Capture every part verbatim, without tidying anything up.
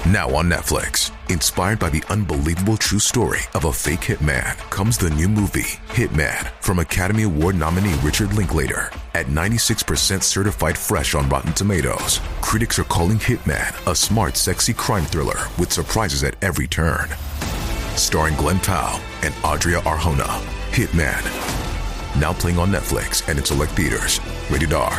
Now on Netflix, inspired by the unbelievable true story of a fake hitman, comes the new movie, Hitman, from Academy Award nominee Richard Linklater. At ninety-six percent certified fresh on Rotten Tomatoes, critics are calling Hitman a smart, sexy crime thriller with surprises at every turn. Starring Glenn Powell and Adria Arjona, Hitman. Now playing on Netflix and in select theaters. Rated R.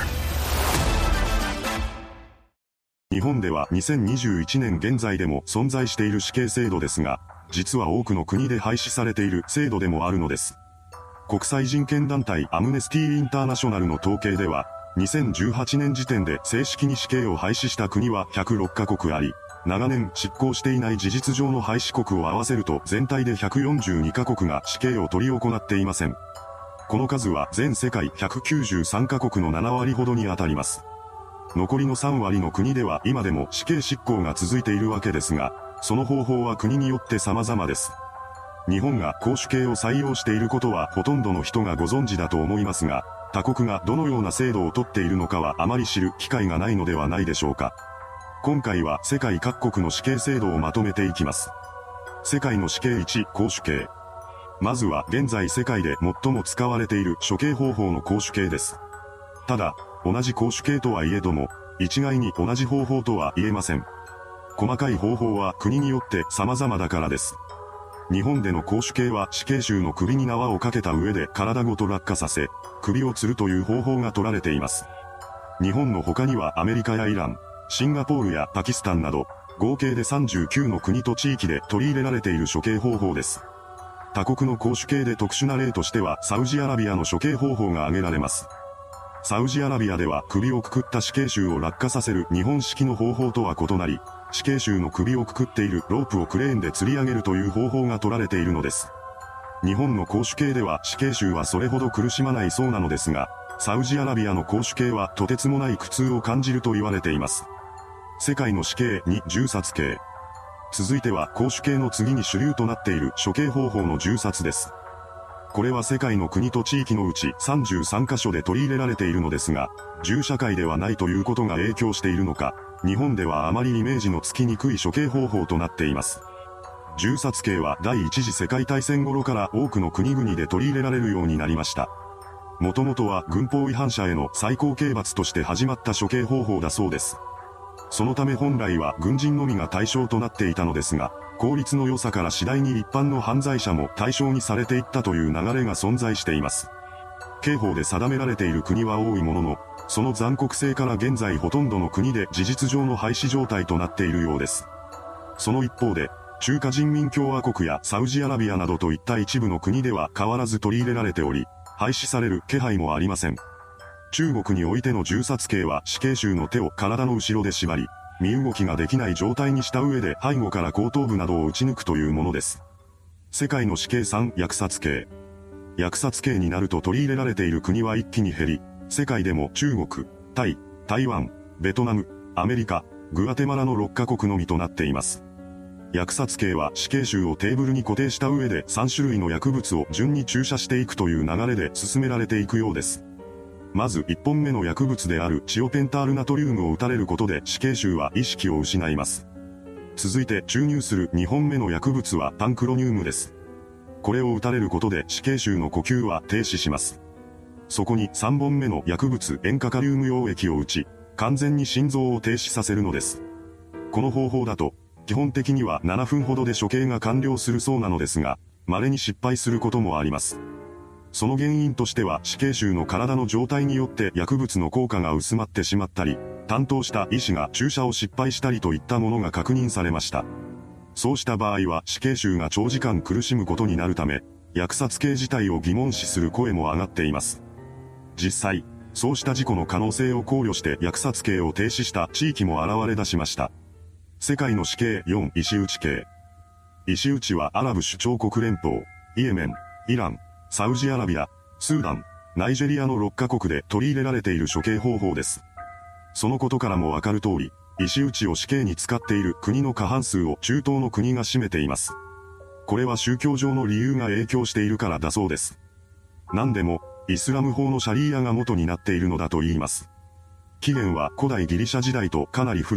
日本ではにせんにじゅういちねん現在でも存在している死刑制度ですが、実は多くの国で廃止されている制度でもあるのです。国際人権団体アムネスティ・インターナショナルの統計では、にせんじゅうはちねん時点で正式に死刑を廃止した国はひゃくろっかこくあり、長年執行していない事実上の廃止国を合わせると全体でひゃくよんじゅうにかこくが死刑を執り行っていません。この数は全世界ひゃくきゅうじゅうさんかこくのななわりほどにあたります。残りのさんわりの国では今でも死刑執行が続いているわけですが、その方法は国によって様々です。日本が公主刑を採用していることはほとんどの人がご存知だと思いますが、他国がどのような制度をとっているのかはあまり知る機会がないのではないでしょうか。今回は世界各国の死刑制度をまとめていきます。世界の死刑いち、公主刑。まずは現在世界で最も使われている処刑方法の公主刑です。ただ、同じ公主刑とはいえども、一概に同じ方法とは言えません。細かい方法は国によって様々だからです。日本での公主刑は死刑囚の首に縄をかけた上で体ごと落下させ、首を吊るという方法が取られています。日本の他にはアメリカやイラン、シンガポールやパキスタンなど、合計でさんじゅうきゅうの国と地域で取り入れられている処刑方法です。他国の公主刑で特殊な例としてはサウジアラビアの処刑方法が挙げられます。サウジアラビアでは首をくくった死刑囚を落下させる日本式の方法とは異なり、死刑囚の首をくくっているロープをクレーンで吊り上げるという方法が取られているのです。日本の公主刑では死刑囚はそれほど苦しまないそうなのですが、サウジアラビアの公主刑はとてつもない苦痛を感じると言われています。世界の死刑に、銃殺刑。続いては公主刑の次に主流となっている処刑方法の銃殺です。これは世界の国と地域のうちさんじゅうさんかしょで取り入れられているのですが、銃社会ではないということが影響しているのか、日本ではあまりイメージのつきにくい処刑方法となっています。銃殺刑は第一次世界大戦頃から多くの国々で取り入れられるようになりました。もともとは軍法違反者への最高刑罰として始まった処刑方法だそうです。そのため本来は軍人のみが対象となっていたのですが、効率の良さから次第に一般の犯罪者も対象にされていったという流れが存在しています。刑法で定められている国は多いものの、その残酷性から現在ほとんどの国で事実上の廃止状態となっているようです。その一方で、中華人民共和国やサウジアラビアなどといった一部の国では変わらず取り入れられており、廃止される気配もありません。中国においての銃殺刑は死刑囚の手を体の後ろで縛り、身動きができない状態にした上で背後から後頭部などを撃ち抜くというものです。世界の死刑さん、虐殺刑。虐殺刑になると取り入れられている国は一気に減り、世界でも中国、タイ、台湾、ベトナム、アメリカ、グアテマラのろっかこくのみとなっています。虐殺刑は死刑囚をテーブルに固定した上でさんしゅるいの薬物を順に注射していくという流れで進められていくようです。まずいっぽんめの薬物であるチオペンタールナトリウムを打たれることで死刑囚は意識を失います。続いて注入するにほんめの薬物はパンクロニウムです。これを打たれることで死刑囚の呼吸は停止します。そこにさんぼんめの薬物塩化カリウム溶液を打ち、完全に心臓を停止させるのです。この方法だと、基本的にはななふんほどで処刑が完了するそうなのですが、稀に失敗することもあります。その原因としては死刑囚の体の状態によって薬物の効果が薄まってしまったり、担当した医師が注射を失敗したりといったものが確認されました。そうした場合は死刑囚が長時間苦しむことになるため、虐殺刑自体を疑問視する声も上がっています。実際、そうした事故の可能性を考慮して虐殺刑を停止した地域も現れ出しました。世界の死刑よん、石打ち刑。石打ちはアラブ首長国連邦、イエメン、イラン、サウジアラビア、スーダン、ナイジェリアのろっかこくで取り入れられている処刑方法です。そのことからもわかる通り、石打ちを死刑に使っている国の過半数を中東の国が占めています。これは宗教上の理由が影響しているからだそうです。何でも、イスラム法のシャリーアが元になっているのだと言います。起源は古代ギリシャ時代とかなり古く、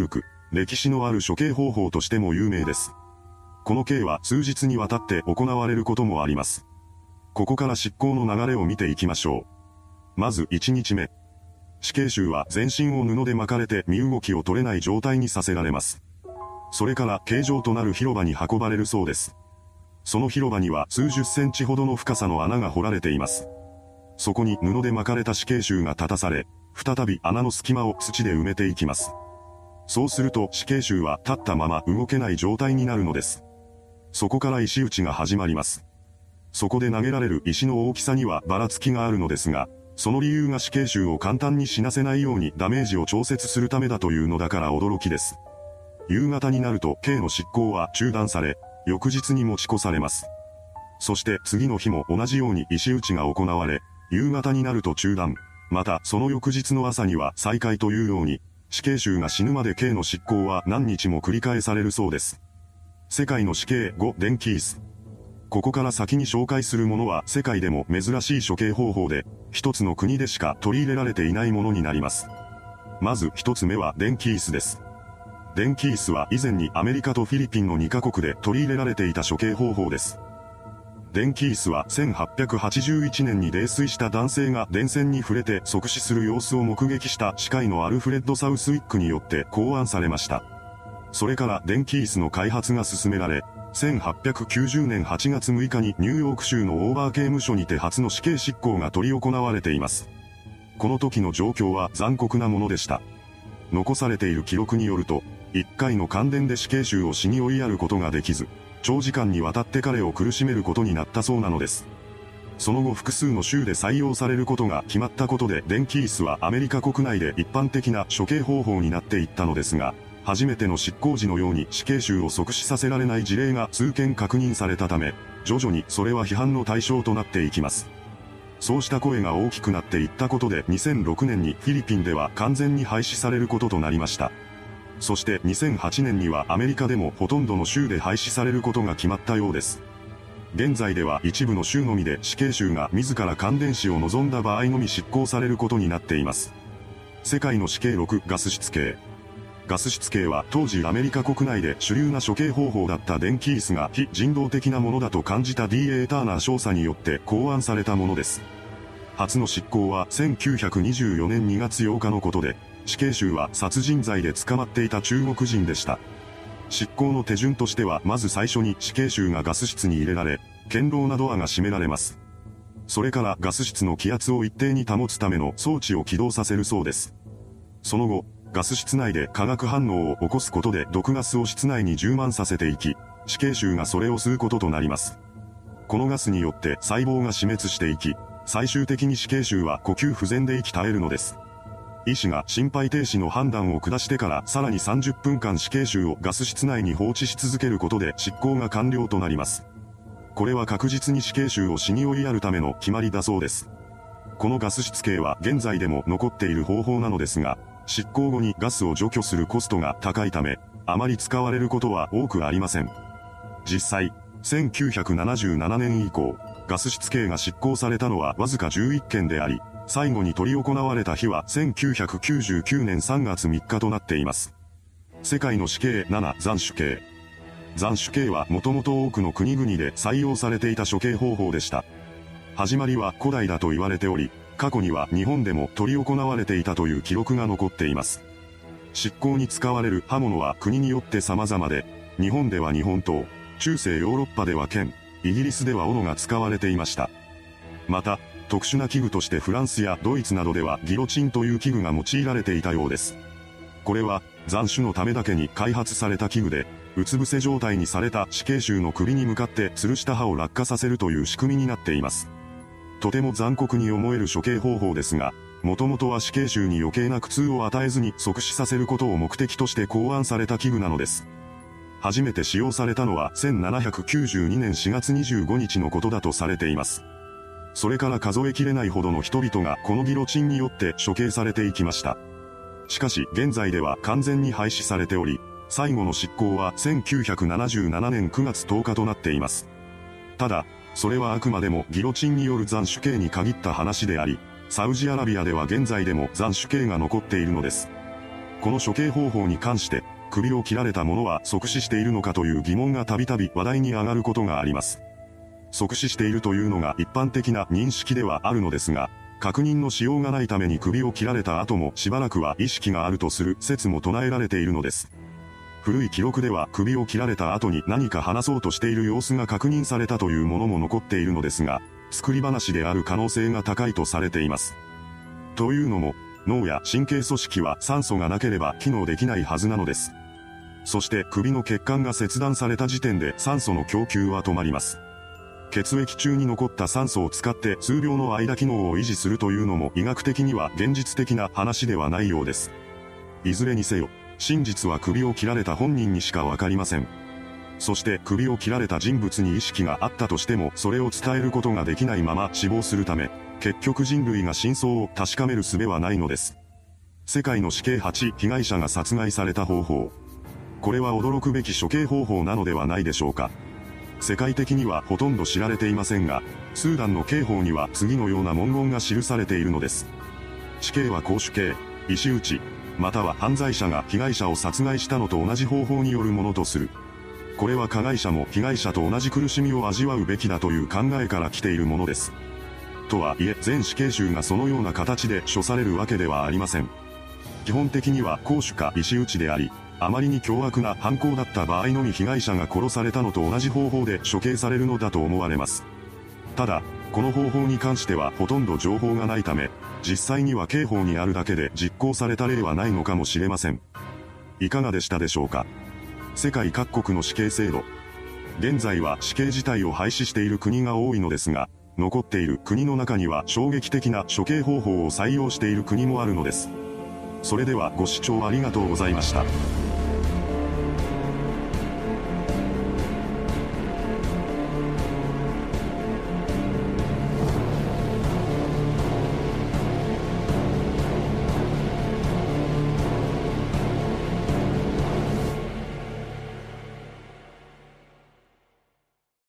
歴史のある処刑方法としても有名です。この刑は数日にわたって行われることもあります。ここから執行の流れを見ていきましょう。まずいちにちめ。死刑囚は全身を布で巻かれて身動きを取れない状態にさせられます。それから形状となる広場に運ばれるそうです。その広場には数十センチほどの深さの穴が掘られています。そこに布で巻かれた死刑囚が立たされ、再び穴の隙間を土で埋めていきます。そうすると死刑囚は立ったまま動けない状態になるのです。そこから石打ちが始まります。そこで投げられる石の大きさにはばらつきがあるのですが、その理由が死刑囚を簡単に死なせないようにダメージを調節するためだというのだから驚きです。夕方になると刑の執行は中断され、翌日に持ち越されます。そして次の日も同じように石打ちが行われ、夕方になると中断、またその翌日の朝には再開というように、死刑囚が死ぬまで刑の執行は何日も繰り返されるそうです。世界の死刑ご電気椅子。ここから先に紹介するものは世界でも珍しい処刑方法で、一つの国でしか取り入れられていないものになります。まず一つ目は電気椅子です。電気椅子は以前にアメリカとフィリピンのにカ国で取り入れられていた処刑方法です。電気椅子はせんはっぴゃくはちじゅういちねんに泥酔した男性が電線に触れて即死する様子を目撃した歯科医のアルフレッド・サウスウィックによって考案されました。それから電気椅子の開発が進められ、せんはっぴゃくきゅうじゅうねんはちがつむいかにニューヨーク州のオーバー刑務所にて初の死刑執行が執り行われています。この時の状況は残酷なものでした。残されている記録によると、いっかいの感電で死刑囚を死に追いやることができず、長時間にわたって彼を苦しめることになったそうなのです。その後複数の州で採用されることが決まったことで電気椅子はアメリカ国内で一般的な処刑方法になっていったのですが、初めての執行時のように死刑囚を即死させられない事例が数件確認されたため、徐々にそれは批判の対象となっていきます。そうした声が大きくなっていったことでにせんろくねんにフィリピンでは完全に廃止されることとなりました。そしてにせんはちねんにはアメリカでもほとんどの州で廃止されることが決まったようです。現在では一部の州のみで死刑囚が自ら感電死を望んだ場合のみ執行されることになっています。世界の死刑ろくガス室刑。ガス室刑は当時アメリカ国内で主流な処刑方法だった電気椅子が非人道的なものだと感じた ディーエー ターナー少佐によって考案されたものです。初の執行はせんきゅうひゃくにじゅうよねんにがつようかのことで、死刑囚は殺人罪で捕まっていた中国人でした。執行の手順としてはまず最初に死刑囚がガス室に入れられ、堅牢なドアが閉められます。それからガス室の気圧を一定に保つための装置を起動させるそうです。その後、ガス室内で化学反応を起こすことで毒ガスを室内に充満させていき、死刑囚がそれを吸うこととなります。このガスによって細胞が死滅していき、最終的に死刑囚は呼吸不全で息絶えるのです。医師が心肺停止の判断を下してからさらにさんじゅっぷんかん死刑囚をガス室内に放置し続けることで執行が完了となります。これは確実に死刑囚を死に追いやるための決まりだそうです。このガス室刑は現在でも残っている方法なのですが、執行後にガスを除去するコストが高いため、あまり使われることは多くありません。実際、せんきゅうひゃくななじゅうななねん以降、ガス室刑が執行されたのはわずかじゅういっけんであり、最後に執り行われた日はせんきゅうひゃくきゅうじゅうきゅうねんさんがつみっかとなっています。世界の死刑なな斬首刑。斬首刑はもともと多くの国々で採用されていた処刑方法でした。始まりは古代だと言われており、過去には日本でも執り行われていたという記録が残っています。執行に使われる刃物は国によって様々で、日本では日本刀、中世ヨーロッパでは剣、イギリスでは斧が使われていました。また、特殊な器具としてフランスやドイツなどではギロチンという器具が用いられていたようです。これは斬首のためだけに開発された器具で、うつ伏せ状態にされた死刑囚の首に向かって吊るした刃を落下させるという仕組みになっています。とても残酷に思える処刑方法ですが、もともとは死刑囚に余計な苦痛を与えずに即死させることを目的として考案された器具なのです。初めて使用されたのはせんななひゃくきゅうじゅうにねんしがつにじゅうごにちのことだとされています。それから数えきれないほどの人々がこのギロチンによって処刑されていきました。しかし現在では完全に廃止されており、最後の執行はせんきゅうひゃくななじゅうななねんくがつとおかとなっています。ただ、それはあくまでもギロチンによる斬首刑に限った話であり、サウジアラビアでは現在でも斬首刑が残っているのです。この処刑方法に関して、 首を切られた者は即死しているのかという疑問がたびたび話題に上がることがあります。即死しているというのが一般的な認識ではあるのですが、確認のしようがないために首を切られた後もしばらくは意識があるとする説も唱えられているのです。古い記録では首を切られた後に何か話そうとしている様子が確認されたというものも残っているのですが、作り話である可能性が高いとされています。というのも、脳や神経組織は酸素がなければ機能できないはずなのです。そして首の血管が切断された時点で酸素の供給は止まります。血液中に残った酸素を使って数秒の間機能を維持するというのも医学的には現実的な話ではないようです。いずれにせよ、真実は首を切られた本人にしかわかりません。そして首を切られた人物に意識があったとしてもそれを伝えることができないまま死亡するため、結局人類が真相を確かめる術はないのです。世界の死刑はち被害者が殺害された方法。これは驚くべき処刑方法なのではないでしょうか。世界的にはほとんど知られていませんが、スーダンの刑法には次のような文言が記されているのです。死刑は絞首刑、石打ち、または犯罪者が被害者を殺害したのと同じ方法によるものとする。これは加害者も被害者と同じ苦しみを味わうべきだという考えから来ているものです。とはいえ、全死刑囚がそのような形で処されるわけではありません。基本的には絞首か石打ちであり、あまりに凶悪な犯行だった場合のみ被害者が殺されたのと同じ方法で処刑されるのだと思われます。ただ、この方法に関してはほとんど情報がないため、実際には刑法にあるだけで実行された例はないのかもしれません。いかがでしたでしょうか。世界各国の死刑制度。現在は死刑自体を廃止している国が多いのですが、残っている国の中には衝撃的な処刑方法を採用している国もあるのです。それではご視聴ありがとうございました。